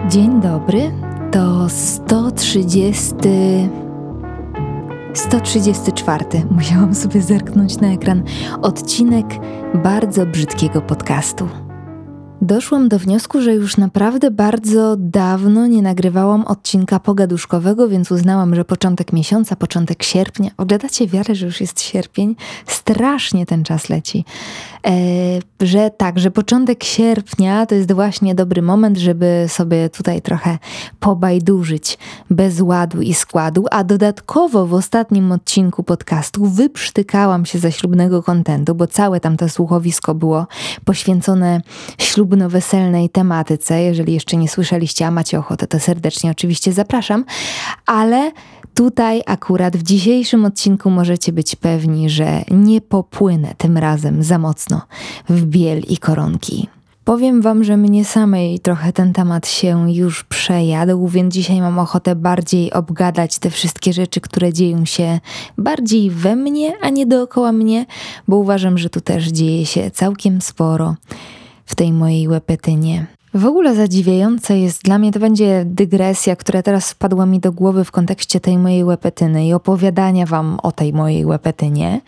Dzień dobry, to 134. Musiałam sobie zerknąć na ekran. Odcinek bardzo brzydkiego podcastu. Doszłam do wniosku, że już naprawdę bardzo dawno nie nagrywałam odcinka pogaduszkowego, więc uznałam, że początek miesiąca, początek sierpnia. Oglądacie wiarę, że już jest sierpień? Strasznie ten czas leci. Że początek sierpnia to jest właśnie dobry moment, żeby sobie tutaj trochę pobajdurzyć bez ładu i składu, a dodatkowo w ostatnim odcinku podcastu wyprztykałam się ze ślubnego kontentu, bo całe tamto słuchowisko było poświęcone ślubno-weselnej tematyce. Jeżeli jeszcze nie słyszeliście, a macie ochotę, to serdecznie oczywiście zapraszam, ale tutaj akurat w dzisiejszym odcinku możecie być pewni, że nie popłynę tym razem za mocno w biel i koronki. Powiem wam, że mnie samej trochę ten temat się już przejadł, więc dzisiaj mam ochotę bardziej obgadać te wszystkie rzeczy, które dzieją się bardziej we mnie, a nie dookoła mnie, bo uważam, że tu też dzieje się całkiem sporo w tej mojej łepetynie. W ogóle zadziwiające jest dla mnie, to będzie dygresja, która teraz wpadła mi do głowy w kontekście tej mojej łepetyny i opowiadania wam o tej mojej łepetynie,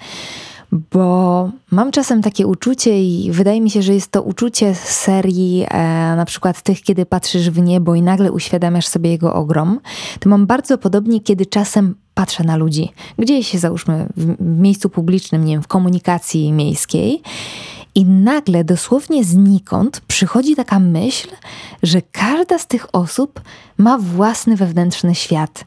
bo mam czasem takie uczucie i wydaje mi się, że jest to uczucie z serii na przykład tych, kiedy patrzysz w niebo i nagle uświadamiasz sobie jego ogrom. To mam bardzo podobnie, kiedy czasem patrzę na ludzi, gdzieś się załóżmy w miejscu publicznym, nie wiem, w komunikacji miejskiej, i nagle dosłownie znikąd przychodzi taka myśl, że każda z tych osób ma własny wewnętrzny świat.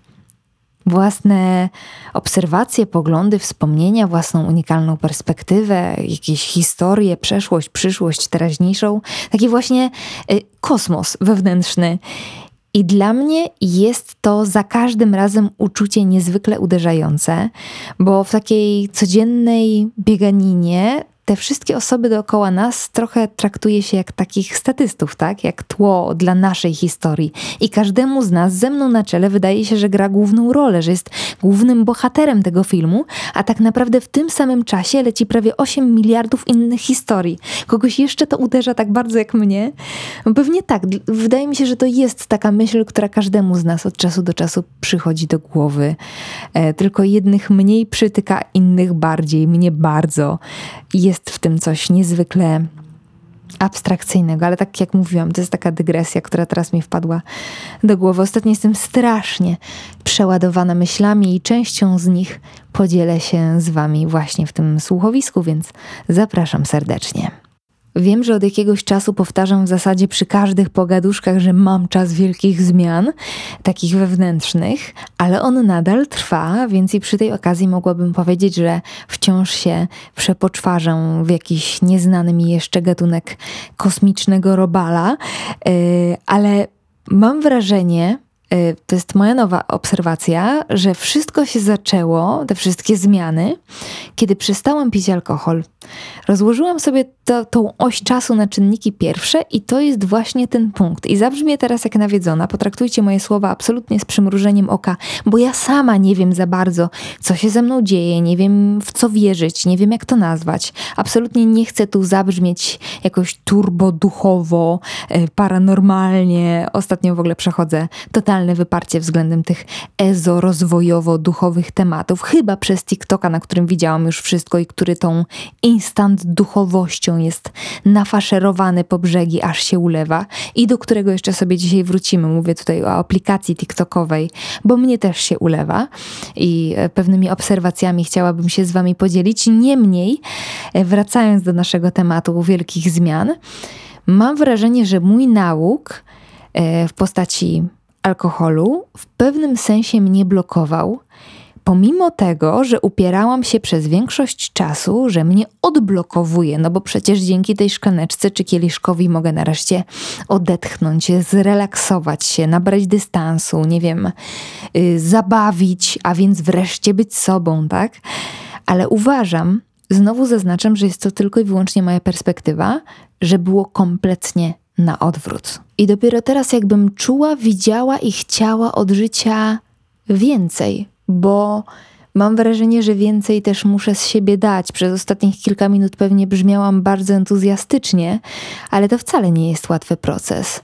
Własne obserwacje, poglądy, wspomnienia, własną unikalną perspektywę, jakieś historie, przeszłość, przyszłość, teraźniejszą. Taki właśnie kosmos wewnętrzny. I dla mnie jest to za każdym razem uczucie niezwykle uderzające, bo w takiej codziennej bieganinie te wszystkie osoby dookoła nas trochę traktuje się jak takich statystów, tak? Jak tło dla naszej historii. I każdemu z nas, ze mną na czele, wydaje się, że gra główną rolę, że jest głównym bohaterem tego filmu, a tak naprawdę w tym samym czasie leci prawie 8 miliardów innych historii. Kogoś jeszcze to uderza tak bardzo jak mnie? No pewnie tak. Wydaje mi się, że to jest taka myśl, która każdemu z nas od czasu do czasu przychodzi do głowy. Tylko jednych mniej przytyka, innych bardziej. Mnie bardzo. Jest w tym coś niezwykle abstrakcyjnego, ale tak jak mówiłam, to jest taka dygresja, która teraz mi wpadła do głowy. Ostatnio jestem strasznie przeładowana myślami i częścią z nich podzielę się z wami właśnie w tym słuchowisku, więc zapraszam serdecznie. Wiem, że od jakiegoś czasu powtarzam w zasadzie przy każdych pogaduszkach, że mam czas wielkich zmian, takich wewnętrznych, ale on nadal trwa, więc i przy tej okazji mogłabym powiedzieć, że wciąż się przepoczwarzę w jakiś nieznany mi jeszcze gatunek kosmicznego robala, ale mam wrażenie, to jest moja nowa obserwacja, że wszystko się zaczęło, te wszystkie zmiany, kiedy przestałam pić alkohol. Rozłożyłam sobie tą oś czasu na czynniki pierwsze i to jest właśnie ten punkt. I zabrzmię teraz jak nawiedzona, potraktujcie moje słowa absolutnie z przymrużeniem oka, bo ja sama nie wiem za bardzo, co się ze mną dzieje, nie wiem w co wierzyć, nie wiem jak to nazwać. Absolutnie nie chcę tu zabrzmieć jakoś turboduchowo, paranormalnie. Ostatnio w ogóle przechodzę totalne wyparcie względem tych ezo-rozwojowo-duchowych tematów. Chyba przez TikToka, na którym widziałam już wszystko i który tą instant duchowością jest nafaszerowany po brzegi, aż się ulewa i do którego jeszcze sobie dzisiaj wrócimy. Mówię tutaj o aplikacji TikTokowej, bo mnie też się ulewa i pewnymi obserwacjami chciałabym się z wami podzielić. Niemniej, wracając do naszego tematu wielkich zmian, mam wrażenie, że mój nauk w postaci alkoholu w pewnym sensie mnie blokował, pomimo tego, że upierałam się przez większość czasu, że mnie odblokowuje, no bo przecież dzięki tej szklaneczce czy kieliszkowi mogę nareszcie odetchnąć, zrelaksować się, nabrać dystansu, nie wiem, zabawić, a więc wreszcie być sobą, tak? Ale uważam, znowu zaznaczam, że jest to tylko i wyłącznie moja perspektywa, że było kompletnie na odwrót. I dopiero teraz jakbym czuła, widziała i chciała od życia więcej, bo mam wrażenie, że więcej też muszę z siebie dać. Przez ostatnich kilka minut pewnie brzmiałam bardzo entuzjastycznie, ale to wcale nie jest łatwy proces.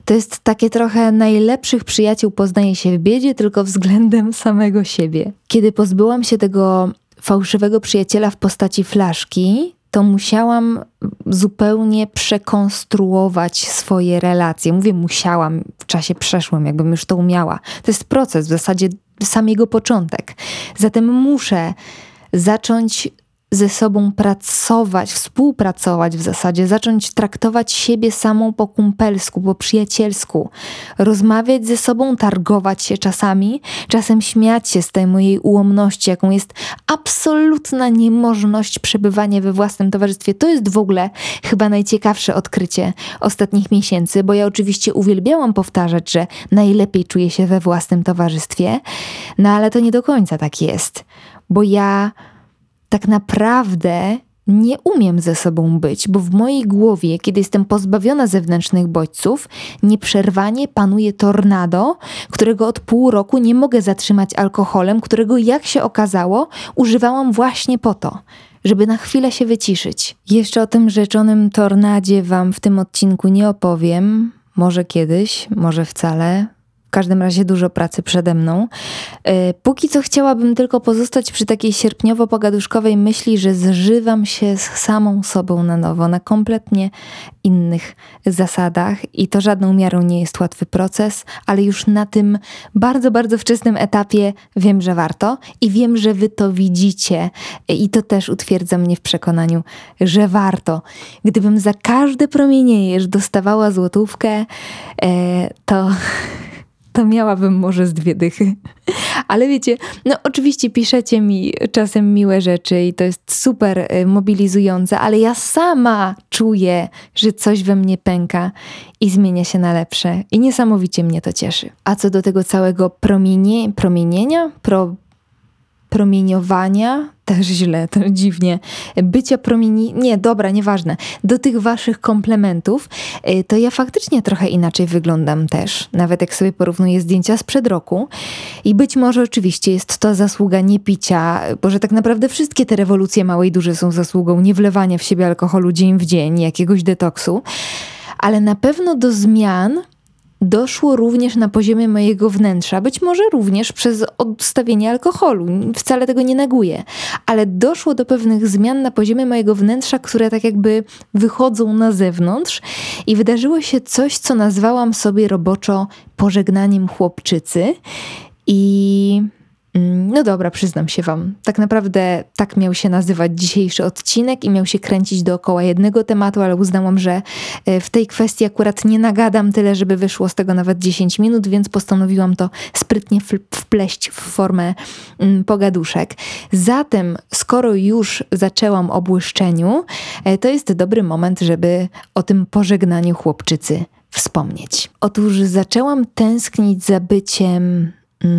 To jest takie trochę najlepszych przyjaciół poznaje się w biedzie, tylko względem samego siebie. Kiedy pozbyłam się tego fałszywego przyjaciela w postaci flaszki, to musiałam zupełnie przekonstruować swoje relacje. Mówię musiałam w czasie przeszłym, jakbym już to umiała. To jest proces, w zasadzie sam jego początek. Zatem muszę zacząć ze sobą pracować, współpracować w zasadzie, zacząć traktować siebie samą po kumpelsku, po przyjacielsku, rozmawiać ze sobą, targować się czasem śmiać się z tej mojej ułomności, jaką jest absolutna niemożność przebywania we własnym towarzystwie. To jest w ogóle chyba najciekawsze odkrycie ostatnich miesięcy, bo ja oczywiście uwielbiałam powtarzać, że najlepiej czuję się we własnym towarzystwie, no ale to nie do końca tak jest, bo ja tak naprawdę nie umiem ze sobą być, bo w mojej głowie, kiedy jestem pozbawiona zewnętrznych bodźców, nieprzerwanie panuje tornado, którego od pół roku nie mogę zatrzymać alkoholem, którego, jak się okazało, używałam właśnie po to, żeby na chwilę się wyciszyć. Jeszcze o tym rzeczonym tornadzie wam w tym odcinku nie opowiem. Może kiedyś, może wcale. W każdym razie dużo pracy przede mną. Póki co chciałabym tylko pozostać przy takiej sierpniowo-pogaduszkowej myśli, że zżywam się z samą sobą na nowo, na kompletnie innych zasadach i to żadną miarą nie jest łatwy proces, ale już na tym bardzo, bardzo wczesnym etapie wiem, że warto i wiem, że wy to widzicie i to też utwierdza mnie w przekonaniu, że warto. Gdybym za każde promienienie dostawała złotówkę, to miałabym może z 2 dychy. Ale wiecie, no oczywiście piszecie mi czasem miłe rzeczy i to jest super mobilizujące, ale ja sama czuję, że coś we mnie pęka i zmienia się na lepsze. I niesamowicie mnie to cieszy. A co do tego całego promieniowania, też źle, to dziwnie, bycia nie, dobra, nieważne, do tych waszych komplementów, to ja faktycznie trochę inaczej wyglądam też, nawet jak sobie porównuję zdjęcia sprzed roku i być może oczywiście jest to zasługa nie picia, bo że tak naprawdę wszystkie te rewolucje małe i duże są zasługą nie wlewania w siebie alkoholu dzień w dzień, jakiegoś detoksu, ale na pewno do zmian doszło również na poziomie mojego wnętrza, być może również przez odstawienie alkoholu, wcale tego nie neguję, ale doszło do pewnych zmian na poziomie mojego wnętrza, które tak jakby wychodzą na zewnątrz i wydarzyło się coś, co nazwałam sobie roboczo pożegnaniem chłopczycy i no dobra, przyznam się wam, tak naprawdę tak miał się nazywać dzisiejszy odcinek i miał się kręcić dookoła jednego tematu, ale uznałam, że w tej kwestii akurat nie nagadam tyle, żeby wyszło z tego nawet 10 minut, więc postanowiłam to sprytnie wpleść w formę pogaduszek. Zatem, skoro już zaczęłam o błyszczeniu, to jest dobry moment, żeby o tym pożegnaniu chłopczycy wspomnieć. Otóż zaczęłam tęsknić za byciem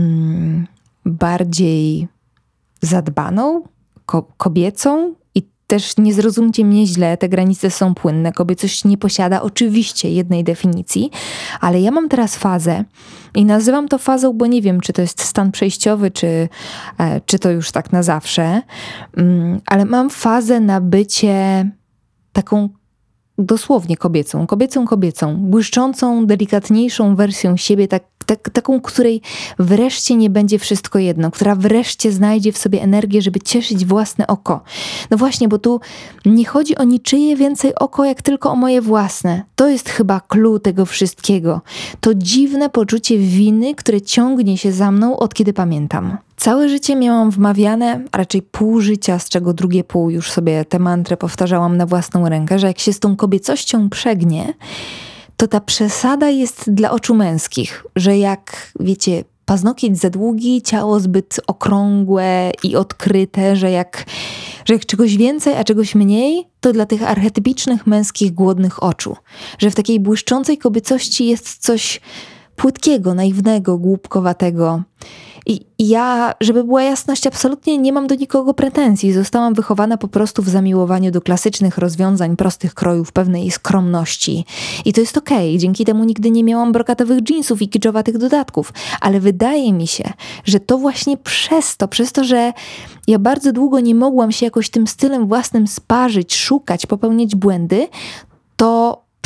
bardziej zadbaną, kobiecą i też nie zrozumcie mnie źle, te granice są płynne. Kobiecość nie posiada oczywiście jednej definicji, ale ja mam teraz fazę i nazywam to fazą, bo nie wiem, czy to jest stan przejściowy, czy to już tak na zawsze, ale mam fazę na bycie taką dosłownie kobiecą, błyszczącą, delikatniejszą wersją siebie, taką, której wreszcie nie będzie wszystko jedno, która wreszcie znajdzie w sobie energię, żeby cieszyć własne oko. No właśnie, bo tu nie chodzi o niczyje więcej oko, jak tylko o moje własne. To jest chyba clue tego wszystkiego. To dziwne poczucie winy, które ciągnie się za mną, od kiedy pamiętam. Całe życie miałam wmawiane, a raczej pół życia, z czego drugie pół już sobie tę mantrę powtarzałam na własną rękę, że jak się z tą kobiecością przegnie, to ta przesada jest dla oczu męskich, że jak, wiecie, paznokieć za długi, ciało zbyt okrągłe i odkryte, że jak czegoś więcej, a czegoś mniej, to dla tych archetypicznych męskich głodnych oczu. Że w takiej błyszczącej kobiecości jest coś płytkiego, naiwnego, głupkowatego. I ja, żeby była jasność, absolutnie nie mam do nikogo pretensji. Zostałam wychowana po prostu w zamiłowaniu do klasycznych rozwiązań, prostych krojów, pewnej skromności. I to jest okej. Dzięki temu nigdy nie miałam brokatowych dżinsów i kiczowatych dodatków. Ale wydaje mi się, że to właśnie przez to, że ja bardzo długo nie mogłam się jakoś tym stylem własnym sparzyć, szukać, popełniać błędy, to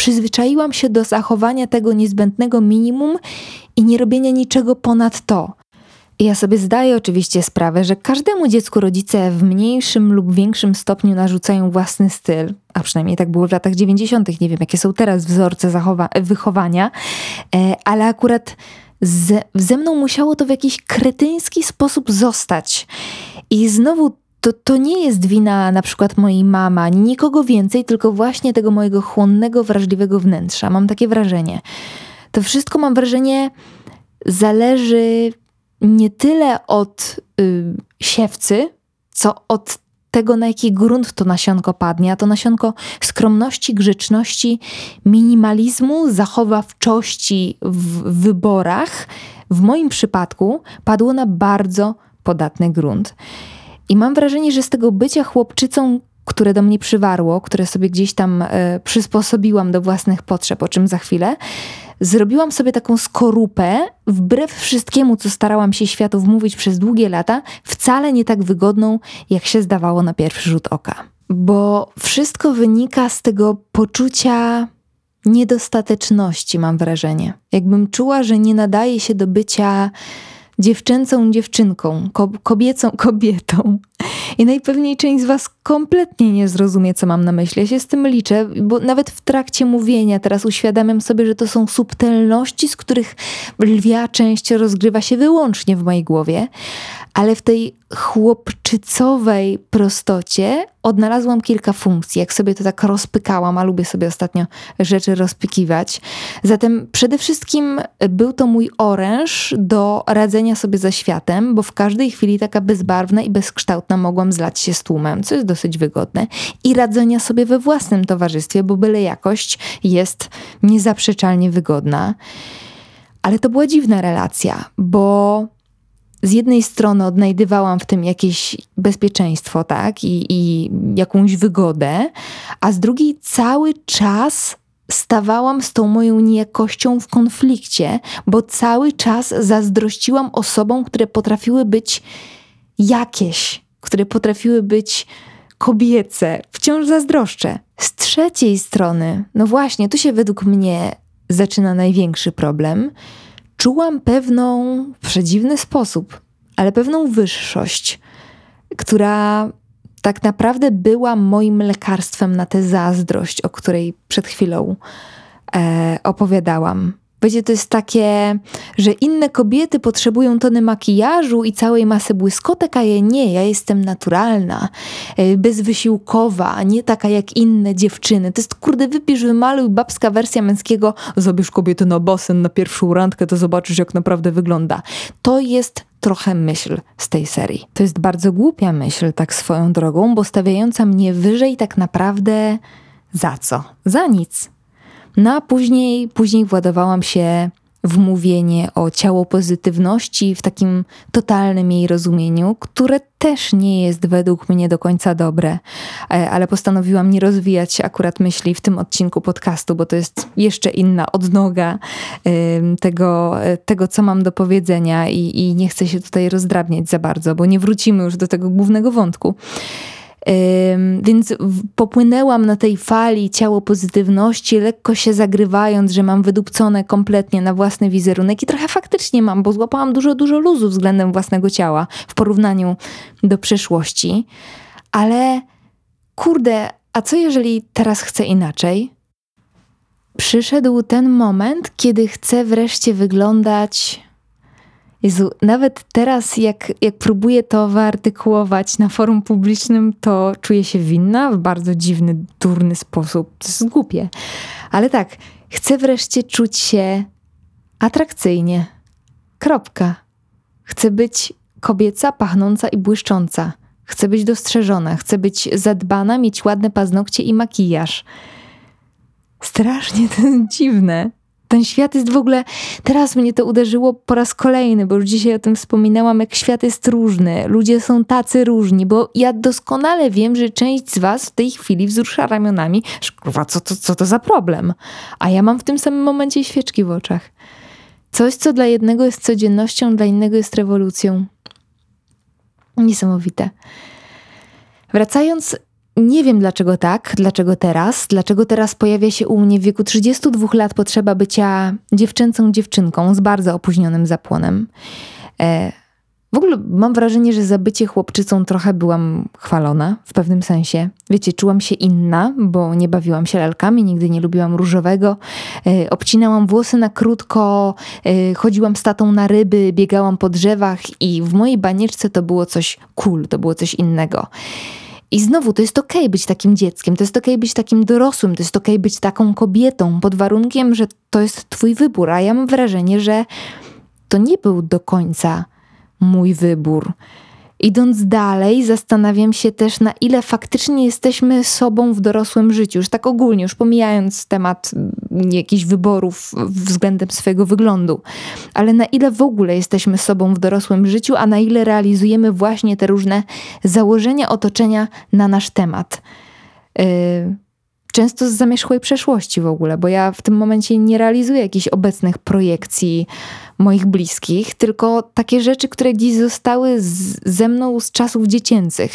przyzwyczaiłam się do zachowania tego niezbędnego minimum i nie robienia niczego ponad to. I ja sobie zdaję oczywiście sprawę, że każdemu dziecku rodzice w mniejszym lub większym stopniu narzucają własny styl, a przynajmniej tak było w latach 90. Nie wiem, jakie są teraz wzorce wychowania, ale akurat ze mną musiało to w jakiś kretyński sposób zostać. I znowu to nie jest wina na przykład mojej mamy, ani nikogo więcej, tylko właśnie tego mojego chłonnego, wrażliwego wnętrza. Mam takie wrażenie. To wszystko, mam wrażenie, zależy nie tyle od siewcy, co od tego, na jaki grunt to nasionko padnie, a to nasionko skromności, grzeczności, minimalizmu, zachowawczości w wyborach, w moim przypadku padło na bardzo podatny grunt. I mam wrażenie, że z tego bycia chłopczycą, które do mnie przywarło, które sobie gdzieś tam przysposobiłam do własnych potrzeb, o czym za chwilę, zrobiłam sobie taką skorupę, wbrew wszystkiemu, co starałam się światu wmówić przez długie lata, wcale nie tak wygodną, jak się zdawało na pierwszy rzut oka. Bo wszystko wynika z tego poczucia niedostateczności, mam wrażenie. Jakbym czuła, że nie nadaje się do bycia dziewczęcą dziewczynką, kobiecą kobietą. I najpewniej część z was kompletnie nie zrozumie, co mam na myśli. Ja się z tym liczę, bo nawet w trakcie mówienia teraz uświadamiam sobie, że to są subtelności, z których lwia część rozgrywa się wyłącznie w mojej głowie, ale w tej chłopczycowej prostocie odnalazłam kilka funkcji, jak sobie to tak rozpykałam, a lubię sobie ostatnio rzeczy rozpykiwać. Zatem przede wszystkim był to mój oręż do radzenia sobie ze światem, bo w każdej chwili taka bezbarwna i bezkształtna mogłam zlać się z tłumem, co jest dosyć wygodne, i radzenia sobie we własnym towarzystwie, bo byle jakość jest niezaprzeczalnie wygodna. Ale to była dziwna relacja, bo z jednej strony odnajdywałam w tym jakieś bezpieczeństwo, tak, i jakąś wygodę, a z drugiej cały czas stawałam z tą moją niejakością w konflikcie, bo cały czas zazdrościłam osobom, które potrafiły być jakieś, które potrafiły być kobiece. Wciąż zazdroszczę. Z trzeciej strony, no właśnie, tu się według mnie zaczyna największy problem. Czułam pewną, w przedziwny sposób, ale pewną wyższość, która tak naprawdę była moim lekarstwem na tę zazdrość, o której przed chwilą opowiadałam. Wiecie, to jest takie, że inne kobiety potrzebują tony makijażu i całej masy błyskotek, a ja nie, ja jestem naturalna, bezwysiłkowa, nie taka jak inne dziewczyny. To jest, kurde, wypisz, wymaluj, babska wersja męskiego, zabierz kobietę na basen, na pierwszą randkę, to zobaczysz, jak naprawdę wygląda. To jest trochę myśl z tej serii. To jest bardzo głupia myśl, tak swoją drogą, bo stawiająca mnie wyżej tak naprawdę za co? Za nic. No a później władowałam się w mówienie o ciałopozytywności w takim totalnym jej rozumieniu, które też nie jest według mnie do końca dobre, ale postanowiłam nie rozwijać akurat myśli w tym odcinku podcastu, bo to jest jeszcze inna odnoga tego co mam do powiedzenia i nie chcę się tutaj rozdrabniać za bardzo, bo nie wrócimy już do tego głównego wątku. Więc popłynęłam na tej fali ciałopozytywności, lekko się zagrywając, że mam wydupcone kompletnie na własny wizerunek i trochę faktycznie mam, bo złapałam dużo luzu względem własnego ciała w porównaniu do przeszłości. Ale kurde, a co jeżeli teraz chcę inaczej? Przyszedł ten moment, kiedy chcę wreszcie wyglądać... Jezu, nawet teraz jak próbuję to wyartykułować na forum publicznym, to czuję się winna w bardzo dziwny, durny sposób. To jest głupie. Ale tak, chcę wreszcie czuć się atrakcyjnie. Kropka. Chcę być kobieca, pachnąca i błyszcząca. Chcę być dostrzeżona, chcę być zadbana, mieć ładne paznokcie i makijaż. Strasznie to jest dziwne. Ten świat jest w ogóle, teraz mnie to uderzyło po raz kolejny, bo już dzisiaj o tym wspominałam, jak świat jest różny, ludzie są tacy różni, bo ja doskonale wiem, że część z was w tej chwili wzrusza ramionami, że kurwa, co to za problem? A ja mam w tym samym momencie świeczki w oczach. Coś, co dla jednego jest codziennością, dla innego jest rewolucją. Niesamowite. Wracając Nie wiem dlaczego teraz pojawia się u mnie w wieku 32 lat potrzeba bycia dziewczęcą dziewczynką z bardzo opóźnionym zapłonem. W ogóle mam wrażenie, że za bycie chłopczycą trochę byłam chwalona w pewnym sensie. Wiecie, czułam się inna, bo nie bawiłam się lalkami, nigdy nie lubiłam różowego. Obcinałam włosy na krótko, chodziłam z tatą na ryby, biegałam po drzewach i w mojej banieczce to było coś cool, to było coś innego. I znowu, to jest okej być takim dzieckiem, to jest okej być takim dorosłym, to jest okej być taką kobietą, pod warunkiem, że to jest twój wybór. A ja mam wrażenie, że to nie był do końca mój wybór. Idąc dalej, zastanawiam się też, na ile faktycznie jesteśmy sobą w dorosłym życiu. Już tak ogólnie, już pomijając temat jakichś wyborów względem swojego wyglądu. Ale na ile w ogóle jesteśmy sobą w dorosłym życiu, a na ile realizujemy właśnie te różne założenia otoczenia na nasz temat. Często z zamierzchłej przeszłości w ogóle, bo ja w tym momencie nie realizuję jakichś obecnych projekcji moich bliskich, tylko takie rzeczy, które gdzieś zostały ze mną z czasów dziecięcych.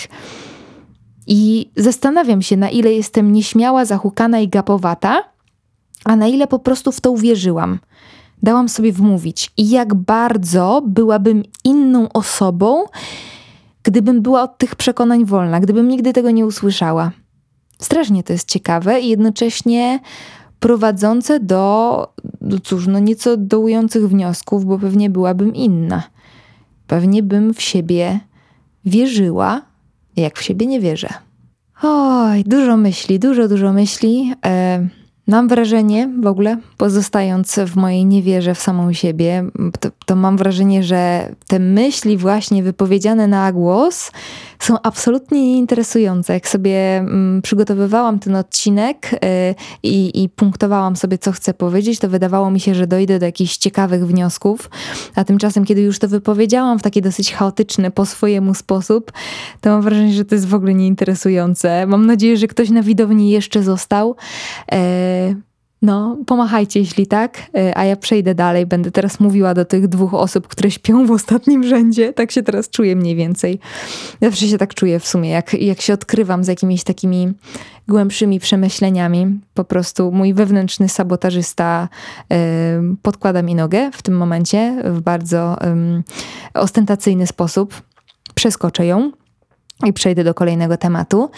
I zastanawiam się, na ile jestem nieśmiała, zahukana i gapowata, a na ile po prostu w to uwierzyłam. Dałam sobie wmówić. I jak bardzo byłabym inną osobą, gdybym była od tych przekonań wolna, gdybym nigdy tego nie usłyszała. Strasznie to jest ciekawe i jednocześnie prowadzące do nieco dołujących wniosków, bo pewnie byłabym inna. Pewnie bym w siebie wierzyła, jak w siebie nie wierzę. Oj, dużo myśli. Mam wrażenie, w ogóle pozostając w mojej niewierze w samą siebie, to mam wrażenie, że te myśli właśnie wypowiedziane na głos są absolutnie nieinteresujące. Jak sobie przygotowywałam ten odcinek i punktowałam sobie, co chcę powiedzieć, to wydawało mi się, że dojdę do jakichś ciekawych wniosków, a tymczasem, kiedy już to wypowiedziałam w taki dosyć chaotyczny po swojemu sposób, to mam wrażenie, że to jest w ogóle nieinteresujące. Mam nadzieję, że ktoś na widowni jeszcze został. No, pomachajcie, jeśli tak, a ja przejdę dalej. Będę teraz mówiła do tych 2 osób, które śpią w ostatnim rzędzie. Tak się teraz czuję mniej więcej. Zawsze się tak czuję w sumie, jak się odkrywam z jakimiś takimi głębszymi przemyśleniami. Po prostu mój wewnętrzny sabotażysta podkłada mi nogę w tym momencie w bardzo ostentacyjny sposób. Przeskoczę ją i przejdę do kolejnego tematu.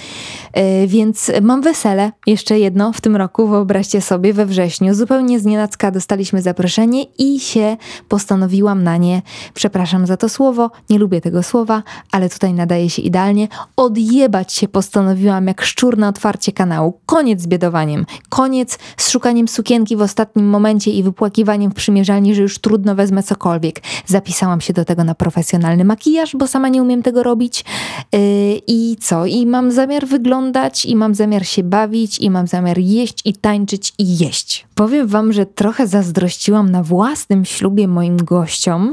Więc mam wesele, jeszcze jedno w tym roku, wyobraźcie sobie, we wrześniu. Zupełnie znienacka dostaliśmy zaproszenie i się postanowiłam na nie, przepraszam za to słowo, nie lubię tego słowa, ale tutaj nadaje się idealnie, odjebać się postanowiłam jak szczur na otwarcie kanału. Koniec z biedowaniem, koniec z szukaniem sukienki w ostatnim momencie i wypłakiwaniem w przymierzalni, że już trudno wezmę cokolwiek. Zapisałam się do tego na profesjonalny makijaż, bo sama nie umiem tego robić. I co? I mam zamiar wyglądać, i mam zamiar się bawić, i mam zamiar jeść, i tańczyć, i jeść. Powiem wam, że trochę zazdrościłam na własnym ślubie moim gościom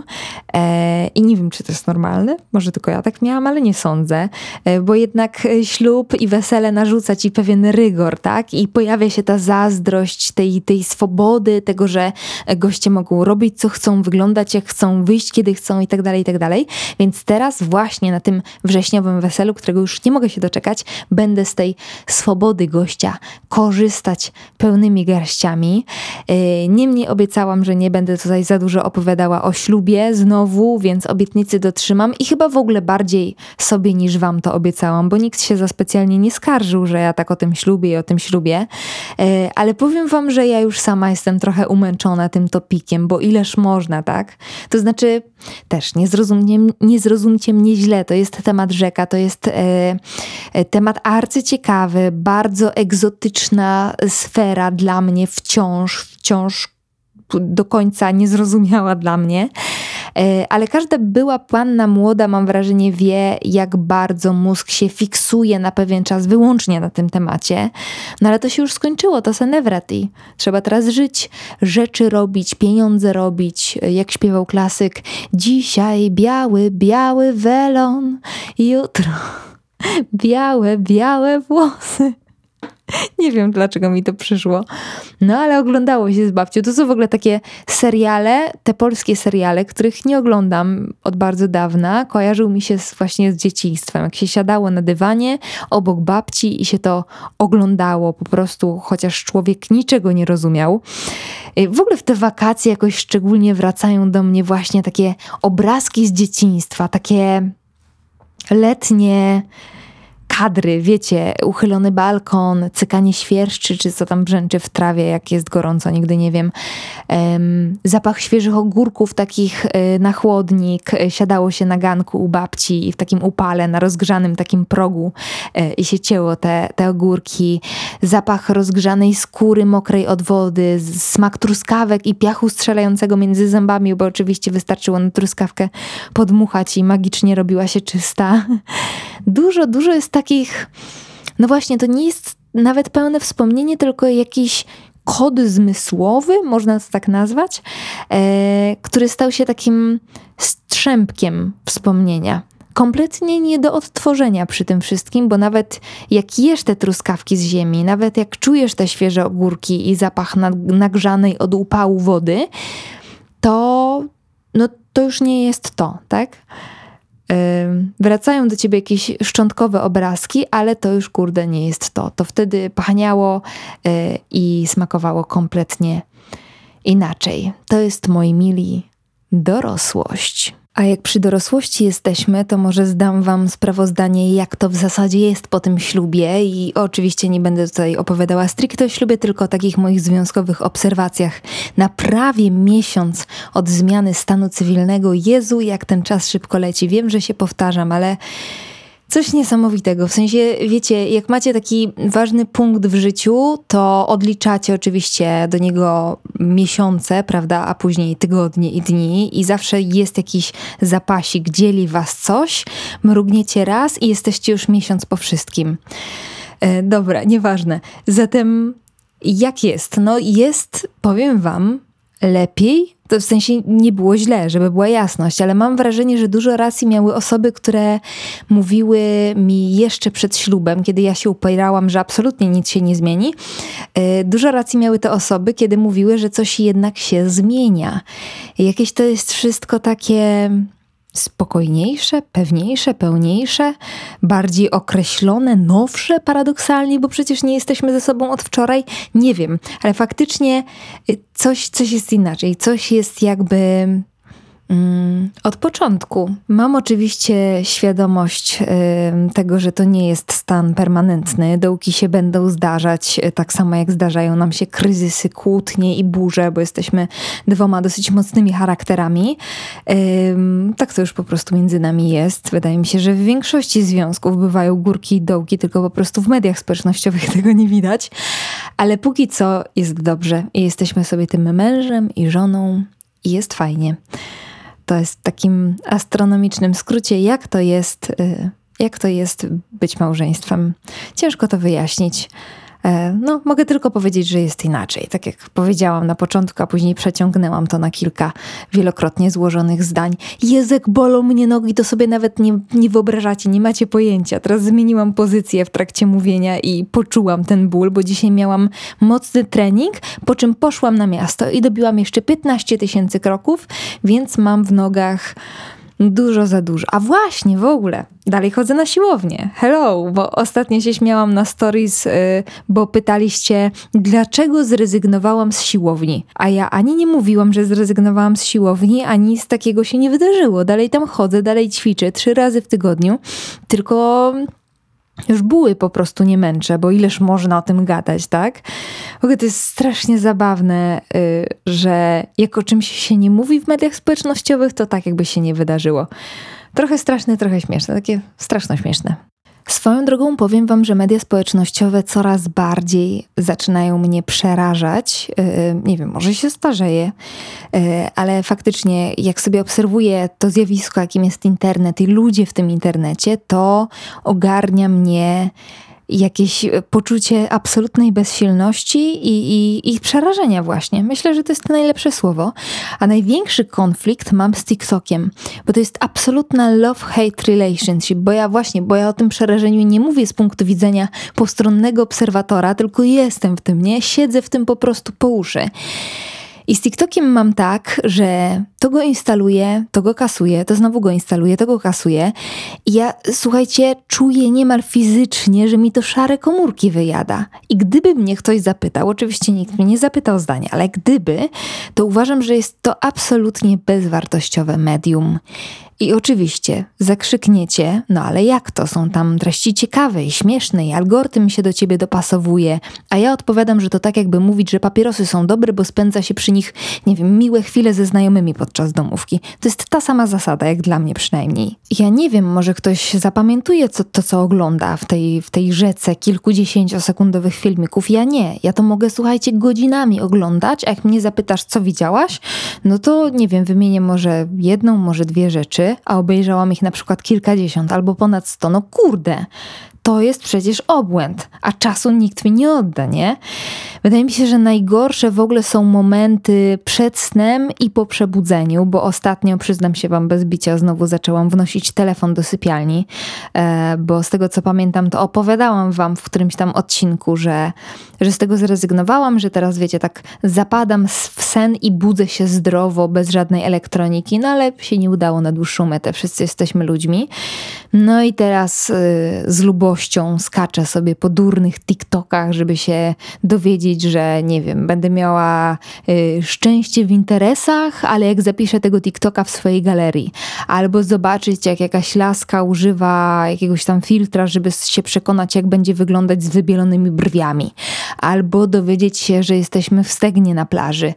i nie wiem, czy to jest normalne. Może tylko ja tak miałam, ale nie sądzę, bo jednak ślub i wesele narzuca ci pewien rygor, tak? I pojawia się ta zazdrość tej swobody, tego, że goście mogą robić, co chcą, wyglądać jak chcą, wyjść, kiedy chcą i tak dalej, i tak dalej. Więc teraz właśnie na tym wrześniowym weselu, którego już nie mogę się doczekać, będę z tej swobody gościa korzystać pełnymi garściami. Niemniej obiecałam, że nie będę tutaj za dużo opowiadała o ślubie znowu, więc obietnicy dotrzymam i chyba w ogóle bardziej sobie niż wam to obiecałam, bo nikt się za specjalnie nie skarżył, że ja tak o tym ślubie i o tym ślubie, ale powiem wam, że ja już sama jestem trochę umęczona tym topikiem, bo ileż można, tak? To znaczy też nie zrozumcie mnie źle, to jest temat rzeka, to jest temat arcyciekawy, bardzo egzotyczna sfera dla mnie wciąż do końca niezrozumiała dla mnie, ale każda była panna młoda, mam wrażenie, wie, jak bardzo mózg się fiksuje na pewien czas wyłącznie na tym temacie. No ale to się już skończyło, to se nevrati. Trzeba teraz żyć, rzeczy robić, pieniądze robić, jak śpiewał klasyk. Dzisiaj biały, biały welon, jutro białe, białe włosy. Nie wiem, dlaczego mi to przyszło. No, ale oglądało się z babcią. To są w ogóle takie seriale, te polskie seriale, których nie oglądam od bardzo dawna. Kojarzył mi się właśnie z dzieciństwem. Jak się siadało na dywanie obok babci i się to oglądało po prostu, chociaż człowiek niczego nie rozumiał. W ogóle w te wakacje jakoś szczególnie wracają do mnie właśnie takie obrazki z dzieciństwa, takie letnie kadry, wiecie, uchylony balkon, cykanie świerszczy, czy co tam brzęczy w trawie, jak jest gorąco, nigdy nie wiem. Zapach świeżych ogórków takich na chłodnik, siadało się na ganku u babci i w takim upale, na rozgrzanym takim progu i się cięło te ogórki. Zapach rozgrzanej skóry mokrej od wody, smak truskawek i piachu strzelającego między zębami, bo oczywiście wystarczyło na truskawkę podmuchać i magicznie robiła się czysta. Dużo jest takich, no właśnie, to nie jest nawet pełne wspomnienie, tylko jakiś kod zmysłowy, można to tak nazwać, który stał się takim strzępkiem wspomnienia. Kompletnie nie do odtworzenia przy tym wszystkim, bo nawet jak jesz te truskawki z ziemi, nawet jak czujesz te świeże ogórki i zapach nagrzanej od upału wody, to już nie jest to, tak? Wracają do ciebie jakieś szczątkowe obrazki, ale to już kurde nie jest to. To wtedy pachniało i smakowało kompletnie inaczej. To jest, moi mili, dorosłość. A jak przy dorosłości jesteśmy, to może zdam wam sprawozdanie, jak to w zasadzie jest po tym ślubie i oczywiście nie będę tutaj opowiadała stricte o ślubie, tylko o takich moich związkowych obserwacjach na prawie miesiąc od zmiany stanu cywilnego. Jezu, jak ten czas szybko leci. Wiem, że się powtarzam, ale coś niesamowitego. W sensie, wiecie, jak macie taki ważny punkt w życiu, to odliczacie oczywiście do niego miesiące, prawda, a później tygodnie i dni i zawsze jest jakiś zapasik, dzieli was coś, mrugniecie raz i jesteście już miesiąc po wszystkim. Dobra, nieważne. Zatem jak jest? No jest, powiem wam, lepiej. To w sensie nie było źle, żeby była jasność, ale mam wrażenie, że dużo racji miały osoby, które mówiły mi jeszcze przed ślubem, kiedy ja się upierałam, że absolutnie nic się nie zmieni. Dużo racji miały te osoby, kiedy mówiły, że coś jednak się zmienia. Jakieś to jest wszystko takie spokojniejsze, pewniejsze, pełniejsze, bardziej określone, nowsze paradoksalnie, bo przecież nie jesteśmy ze sobą od wczoraj. Nie wiem, ale faktycznie coś jest inaczej. Coś jest jakby od początku. Mam oczywiście świadomość tego, że to nie jest stan permanentny. Dołki się będą zdarzać, tak samo jak zdarzają nam się kryzysy, kłótnie i burze, bo jesteśmy dwoma dosyć mocnymi charakterami. Tak to już po prostu między nami jest. Wydaje mi się, że w większości związków bywają górki i dołki, tylko po prostu w mediach społecznościowych tego nie widać. Ale póki co jest dobrze i jesteśmy sobie tym mężem i żoną i jest fajnie. To jest w takim astronomicznym skrócie, jak to jest być małżeństwem. Ciężko to wyjaśnić. No, mogę tylko powiedzieć, że jest inaczej. Tak jak powiedziałam na początku, a później przeciągnęłam to na kilka wielokrotnie złożonych zdań. Jezek, bolą mnie nogi, to sobie nawet nie wyobrażacie, nie macie pojęcia. Teraz zmieniłam pozycję w trakcie mówienia i poczułam ten ból, bo dzisiaj miałam mocny trening, po czym poszłam na miasto i dobiłam jeszcze 15 000 kroków, więc mam w nogach dużo za dużo. A właśnie, w ogóle, dalej chodzę na siłownię. Hello, bo ostatnio się śmiałam na stories, bo pytaliście, dlaczego zrezygnowałam z siłowni. A ja ani nie mówiłam, że zrezygnowałam z siłowni, ani nic takiego się nie wydarzyło. Dalej tam chodzę, dalej ćwiczę 3 razy w tygodniu, tylko już buły po prostu nie męczę, bo ileż można o tym gadać, tak? W ogóle to jest strasznie zabawne, że jak o czymś się nie mówi w mediach społecznościowych, to tak jakby się nie wydarzyło. Trochę straszne, trochę śmieszne, takie straszno śmieszne. Swoją drogą powiem wam, że media społecznościowe coraz bardziej zaczynają mnie przerażać. Nie wiem, może się starzeję, ale faktycznie jak sobie obserwuję to zjawisko, jakim jest internet i ludzie w tym internecie, to ogarnia mnie jakieś poczucie absolutnej bezsilności i przerażenia właśnie. Myślę, że to jest najlepsze słowo. A największy konflikt mam z TikTokiem, bo to jest absolutna love-hate relationship, bo ja o tym przerażeniu nie mówię z punktu widzenia postronnego obserwatora, tylko jestem w tym, nie? Siedzę w tym po prostu po uszy. I z TikTokiem mam tak, że to go instaluję, to go kasuję, to znowu go instaluję, to go kasuję. I ja, słuchajcie, czuję niemal fizycznie, że mi to szare komórki wyjada. I gdyby mnie ktoś zapytał, oczywiście nikt mnie nie zapytał zdania, ale gdyby, to uważam, że jest to absolutnie bezwartościowe medium. I oczywiście zakrzykniecie, no ale jak to? Są tam treści ciekawe i śmieszne i algorytm się do ciebie dopasowuje. A ja odpowiadam, że to tak jakby mówić, że papierosy są dobre, bo spędza się przy nich, nie wiem, miłe chwile ze znajomymi podczas domówki. To jest ta sama zasada, jak dla mnie przynajmniej. Ja nie wiem, może ktoś zapamiętuje co ogląda w tej rzece kilkudziesięciosekundowych filmików. Ja nie. Ja to mogę, słuchajcie, godzinami oglądać, a jak mnie zapytasz, co widziałaś, no to nie wiem, wymienię może jedną, może dwie rzeczy, a obejrzałam ich na przykład kilkadziesiąt albo ponad 100. No kurde, to jest przecież obłęd, a czasu nikt mi nie odda, nie? Wydaje mi się, że najgorsze w ogóle są momenty przed snem i po przebudzeniu, bo ostatnio, przyznam się wam bez bicia, znowu zaczęłam wnosić telefon do sypialni, bo z tego co pamiętam, to opowiadałam wam w którymś tam odcinku, że z tego zrezygnowałam, że teraz wiecie, tak zapadam w sen i budzę się zdrowo, bez żadnej elektroniki, no ale się nie udało na dłuższą metę, wszyscy jesteśmy ludźmi. No i teraz z lubością skaczę sobie po durnych TikTokach, żeby się dowiedzieć, że nie wiem, będę miała szczęście w interesach, ale jak zapiszę tego TikToka w swojej galerii. Albo zobaczyć, jak jakaś laska używa jakiegoś tam filtra, żeby się przekonać, jak będzie wyglądać z wybielonymi brwiami. Albo dowiedzieć się, że jesteśmy w Stegnie na plaży.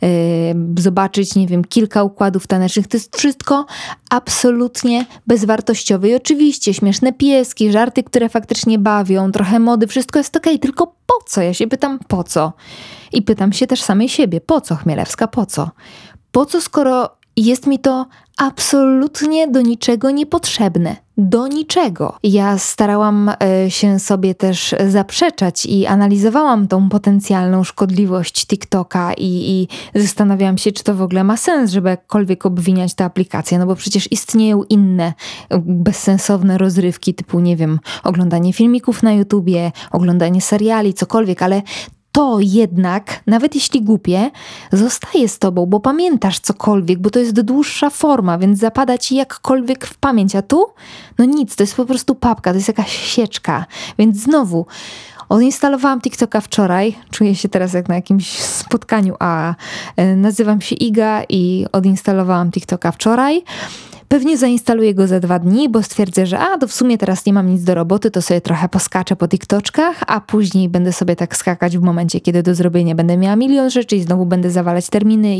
Zobaczyć, nie wiem, kilka układów tanecznych. To jest wszystko absolutnie bezwartościowe. I oczywiście śmieszne pieski, żarty, które faktycznie bawią, trochę mody, wszystko jest okej, tylko po co? Ja się pytam, po co? I pytam się też samej siebie, po co, Chmielewska, po co? Po co, skoro jest mi to absolutnie do niczego niepotrzebne. Do niczego. Ja starałam się sobie też zaprzeczać i analizowałam tą potencjalną szkodliwość TikToka i zastanawiałam się, czy to w ogóle ma sens, żeby jakkolwiek obwiniać tę aplikację, no bo przecież istnieją inne bezsensowne rozrywki typu, nie wiem, oglądanie filmików na YouTubie, oglądanie seriali, cokolwiek, ale to jednak, nawet jeśli głupie, zostaje z tobą, bo pamiętasz cokolwiek, bo to jest dłuższa forma, więc zapada ci jakkolwiek w pamięć, a tu? No nic, to jest po prostu papka, to jest jakaś sieczka, więc znowu odinstalowałam TikToka wczoraj, czuję się teraz jak na jakimś spotkaniu, a nazywam się Iga i odinstalowałam TikToka wczoraj. Pewnie zainstaluję go za 2 dni, bo stwierdzę, że to w sumie teraz nie mam nic do roboty, to sobie trochę poskaczę po TikToczkach, a później będę sobie tak skakać w momencie, kiedy do zrobienia będę miała milion rzeczy i znowu będę zawalać terminy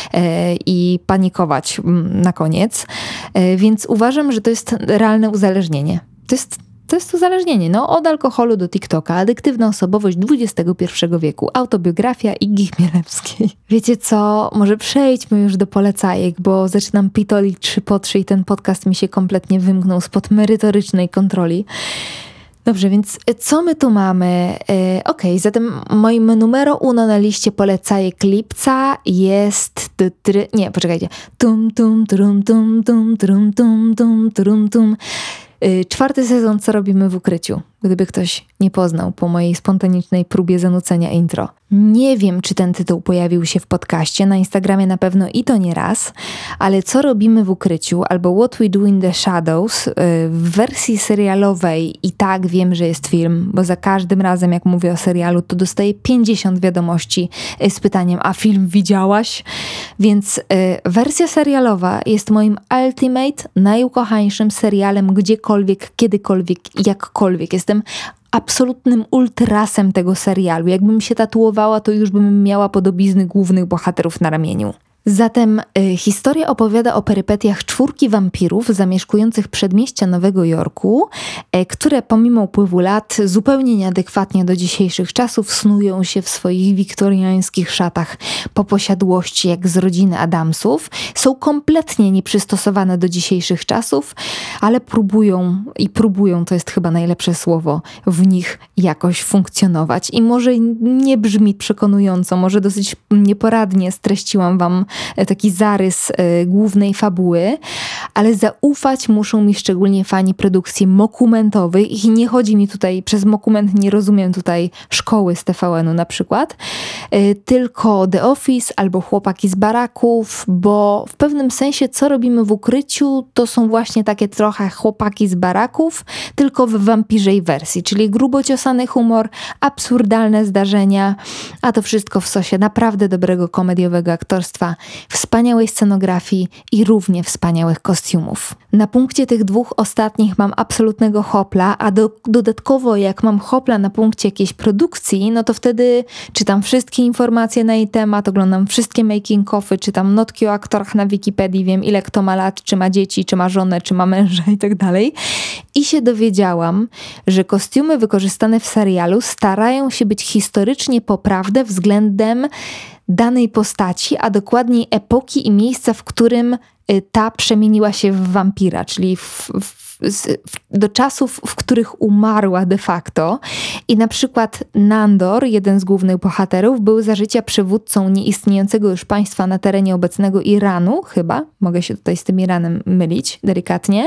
i panikować na koniec. Więc uważam, że to jest realne uzależnienie. To jest uzależnienie, od alkoholu do TikToka, adyktywna osobowość XXI wieku, autobiografia Igi Chmielewskiej. Wiecie co, może przejdźmy już do polecajek, bo zaczynam pitolić 3 po 3 i ten podcast mi się kompletnie wymknął spod merytorycznej kontroli. Dobrze, więc co my tu mamy? Okej, zatem moim numero uno na liście polecajek lipca jest... Nie, poczekajcie. Tum, tum, turum, tum, tum, turum, tum, tum, turum, tum. 4. sezon Co robimy w ukryciu, gdyby ktoś nie poznał po mojej spontanicznej próbie zanucenia intro. Nie wiem, czy ten tytuł pojawił się w podcaście, na Instagramie na pewno i to nie raz, ale Co robimy w ukryciu albo What we do in the shadows w wersji serialowej i tak wiem, że jest film, bo za każdym razem jak mówię o serialu, to dostaję 50 wiadomości z pytaniem, a film widziałaś? Więc wersja serialowa jest moim ultimate, najukochańszym serialem gdziekolwiek, kiedykolwiek, jakkolwiek. Jestem absolutnym ultrasem tego serialu. Jakbym się tatuowała, to już bym miała podobizny głównych bohaterów na ramieniu. Zatem historia opowiada o perypetiach 4 wampirów zamieszkujących przedmieścia Nowego Jorku, które pomimo upływu lat zupełnie nieadekwatnie do dzisiejszych czasów snują się w swoich wiktoriańskich szatach po posiadłości jak z rodziny Adamsów. Są kompletnie nieprzystosowane do dzisiejszych czasów, ale próbują, to jest chyba najlepsze słowo, w nich jakoś funkcjonować. I może nie brzmi przekonująco, może dosyć nieporadnie streściłam wam taki zarys głównej fabuły, ale zaufać muszą mi szczególnie fani produkcji mockumentowych i nie chodzi mi tutaj, przez mockument nie rozumiem tutaj szkoły z TVN-u na przykład, tylko The Office albo Chłopaki z baraków, bo w pewnym sensie co robimy w ukryciu to są właśnie takie trochę Chłopaki z baraków, tylko w wampirzej wersji, czyli grubo ciosany humor, absurdalne zdarzenia, a to wszystko w sosie naprawdę dobrego komediowego aktorstwa, wspaniałej scenografii i równie wspaniałych kostiumów. Na punkcie tych 2 ostatnich mam absolutnego hopla, a dodatkowo jak mam hopla na punkcie jakiejś produkcji, no to wtedy czytam wszystkie informacje na jej temat, oglądam wszystkie making-offy, czytam notki o aktorach na Wikipedii, wiem ile kto ma lat, czy ma dzieci, czy ma żonę, czy ma męża i tak dalej. I się dowiedziałam, że kostiumy wykorzystane w serialu starają się być historycznie poprawne względem danej postaci, a dokładniej epoki i miejsca, w którym ta przemieniła się w wampira, czyli do czasów, w których umarła de facto. I na przykład Nandor, jeden z głównych bohaterów, był za życia przywódcą nieistniejącego już państwa na terenie obecnego Iranu, chyba, mogę się tutaj z tym Iranem mylić delikatnie,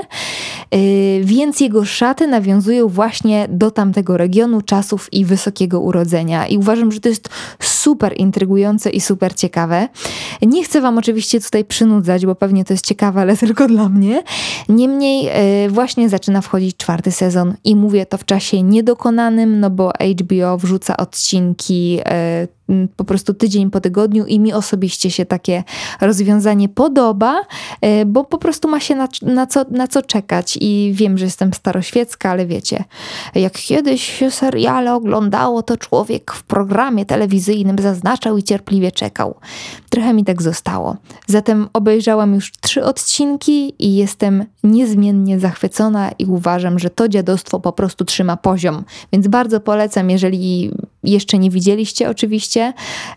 więc jego szaty nawiązują właśnie do tamtego regionu, czasów i wysokiego urodzenia. I uważam, że to jest super intrygujące i super ciekawe. Nie chcę wam oczywiście tutaj przynudzać, bo pewnie to jest ciekawe, ale tylko dla mnie. Niemniej właśnie zaczyna wchodzić 4. sezon i mówię to w czasie niedokonanym, no bo HBO wrzuca odcinki po prostu tydzień po tygodniu i mi osobiście się takie rozwiązanie podoba, bo po prostu ma się na co czekać i wiem, że jestem staroświecka, ale wiecie, jak kiedyś się seriale oglądało, to człowiek w programie telewizyjnym zaznaczał i cierpliwie czekał. Trochę mi tak zostało. Zatem obejrzałam już 3 odcinki i jestem niezmiennie zachwycona i uważam, że to dziadostwo po prostu trzyma poziom, więc bardzo polecam, jeżeli jeszcze nie widzieliście oczywiście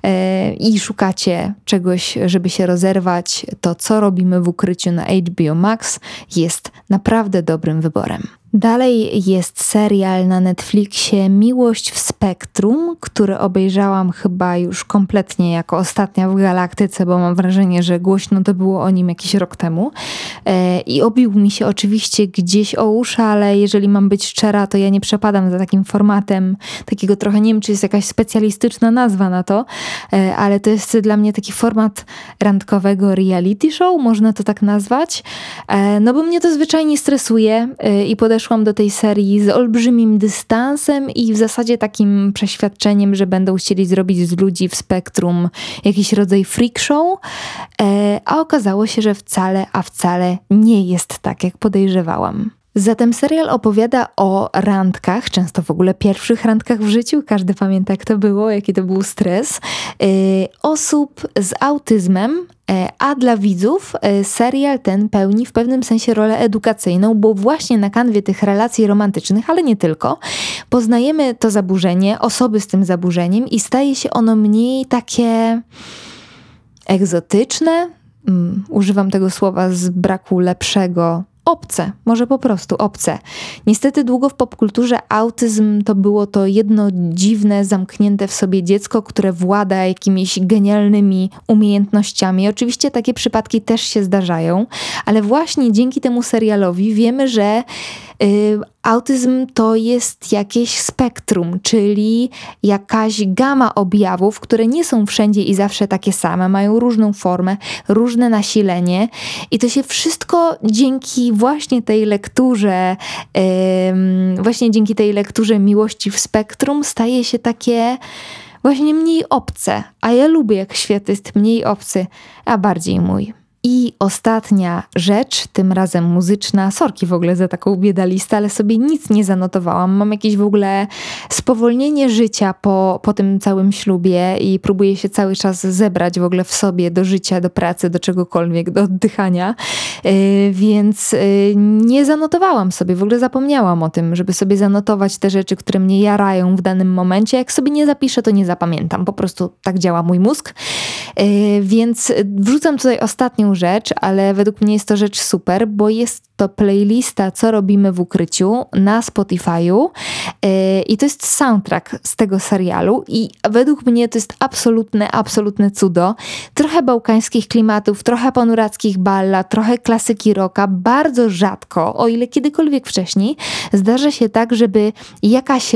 i szukacie czegoś, żeby się rozerwać, to Co robimy w ukryciu na HBO Max jest naprawdę dobrym wyborem. Dalej jest serial na Netflixie Miłość w Spektrum, który obejrzałam chyba już kompletnie jako ostatnia w galaktyce, bo mam wrażenie, że głośno to było o nim jakiś rok temu. I obił mi się oczywiście gdzieś o uszy, ale jeżeli mam być szczera, to ja nie przepadam za takim formatem, takiego trochę, nie wiem, czy jest jakaś specjalistyczna nazwa na to, ale to jest dla mnie taki format randkowego reality show, można to tak nazwać, no bo mnie to zwyczajnie stresuje i podeszłam do tej serii z olbrzymim dystansem i w zasadzie takim przeświadczeniem, że będą chcieli zrobić z ludzi w spektrum jakiś rodzaj freak show, a okazało się, że wcale nie jest tak, jak podejrzewałam. Zatem serial opowiada o randkach, często w ogóle pierwszych randkach w życiu, każdy pamięta jak to było, jaki to był stres, osób z autyzmem, a dla widzów serial ten pełni w pewnym sensie rolę edukacyjną, bo właśnie na kanwie tych relacji romantycznych, ale nie tylko, poznajemy to zaburzenie, osoby z tym zaburzeniem i staje się ono mniej takie egzotyczne, używam tego słowa z braku lepszego, obce, może po prostu obce. Niestety długo w popkulturze autyzm to było to jedno dziwne, zamknięte w sobie dziecko, które włada jakimiś genialnymi umiejętnościami. Oczywiście takie przypadki też się zdarzają, ale właśnie dzięki temu serialowi wiemy, że autyzm to jest jakieś spektrum, czyli jakaś gama objawów, które nie są wszędzie i zawsze takie same, mają różną formę, różne nasilenie i to się wszystko dzięki właśnie tej lekturze Miłości w Spektrum staje się takie właśnie mniej obce, a ja lubię jak świat jest mniej obcy, a bardziej mój. I ostatnia rzecz, tym razem muzyczna, sorki w ogóle za taką biedalistę, ale sobie nic nie zanotowałam. Mam jakieś w ogóle spowolnienie życia po tym całym ślubie i próbuję się cały czas zebrać w ogóle w sobie do życia, do pracy, do czegokolwiek, do oddychania, więc nie zanotowałam sobie, w ogóle zapomniałam o tym, żeby sobie zanotować te rzeczy, które mnie jarają w danym momencie. Jak sobie nie zapiszę, to nie zapamiętam. Po prostu tak działa mój mózg. Więc wrzucam tutaj ostatnią rzecz, ale według mnie jest to rzecz super, bo jest to playlista Co robimy w ukryciu na Spotify'u i to jest soundtrack z tego serialu i według mnie to jest absolutne cudo. Trochę bałkańskich klimatów, trochę ponurackich ballad, trochę klasyki rocka. Bardzo rzadko, o ile kiedykolwiek wcześniej, zdarza się tak, żeby jakaś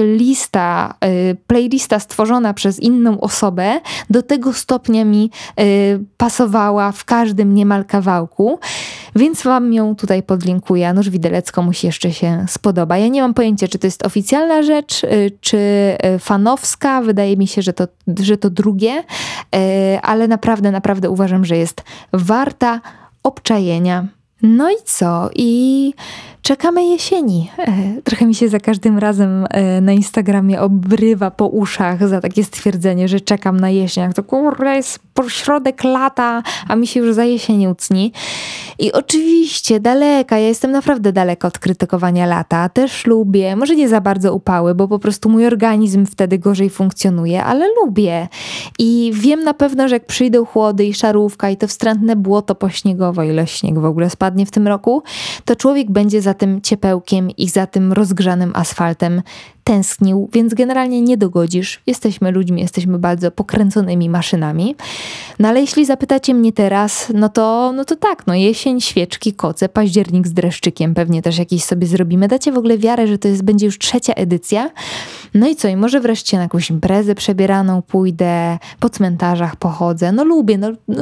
playlista stworzona przez inną osobę do tego stopnia mi pasowała w każdym niemal kawałku, więc wam ją tutaj podlinkuję. Janusz Widelec komuś jeszcze się spodoba. Ja nie mam pojęcia, czy to jest oficjalna rzecz, czy fanowska. Wydaje mi się, że to drugie, ale naprawdę uważam, że jest warta obczajenia. No i co? I czekamy jesieni. Trochę mi się za każdym razem na Instagramie obrywa po uszach za takie stwierdzenie, że czekam na jesień. Jak to kurde jest środek lata, a mi się już za jesienią cni. I oczywiście ja jestem naprawdę daleka od krytykowania lata. Też lubię, może nie za bardzo upały, bo po prostu mój organizm wtedy gorzej funkcjonuje, ale lubię. I wiem na pewno, że jak przyjdą chłody i szarówka i to wstrętne błoto pośniegowe, ile śnieg w ogóle spadnie w tym roku, to człowiek będzie za tym ciepełkiem i za tym rozgrzanym asfaltem tęsknił, więc generalnie nie dogodzisz. Jesteśmy ludźmi, jesteśmy bardzo pokręconymi maszynami. No ale jeśli zapytacie mnie teraz, no to tak, jesień, świeczki, koce, październik z dreszczykiem, pewnie też jakiś sobie zrobimy. Dacie w ogóle wiarę, że będzie już 3. edycja. No i co? I może wreszcie na jakąś imprezę przebieraną pójdę, po cmentarzach pochodzę. Lubię,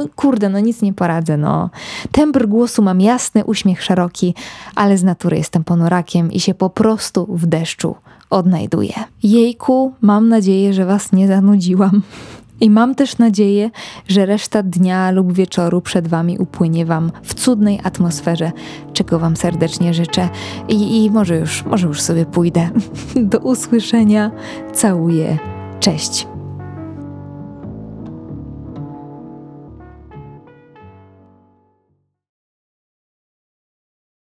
nic nie poradzę, Tembr głosu mam jasny, uśmiech szeroki, ale z natury jestem ponurakiem i się po prostu w deszczu odnajduję. Jejku, mam nadzieję, że was nie zanudziłam. I mam też nadzieję, że reszta dnia lub wieczoru przed wami upłynie wam w cudnej atmosferze, czego wam serdecznie życzę. I może już sobie pójdę. Do usłyszenia. Całuję. Cześć.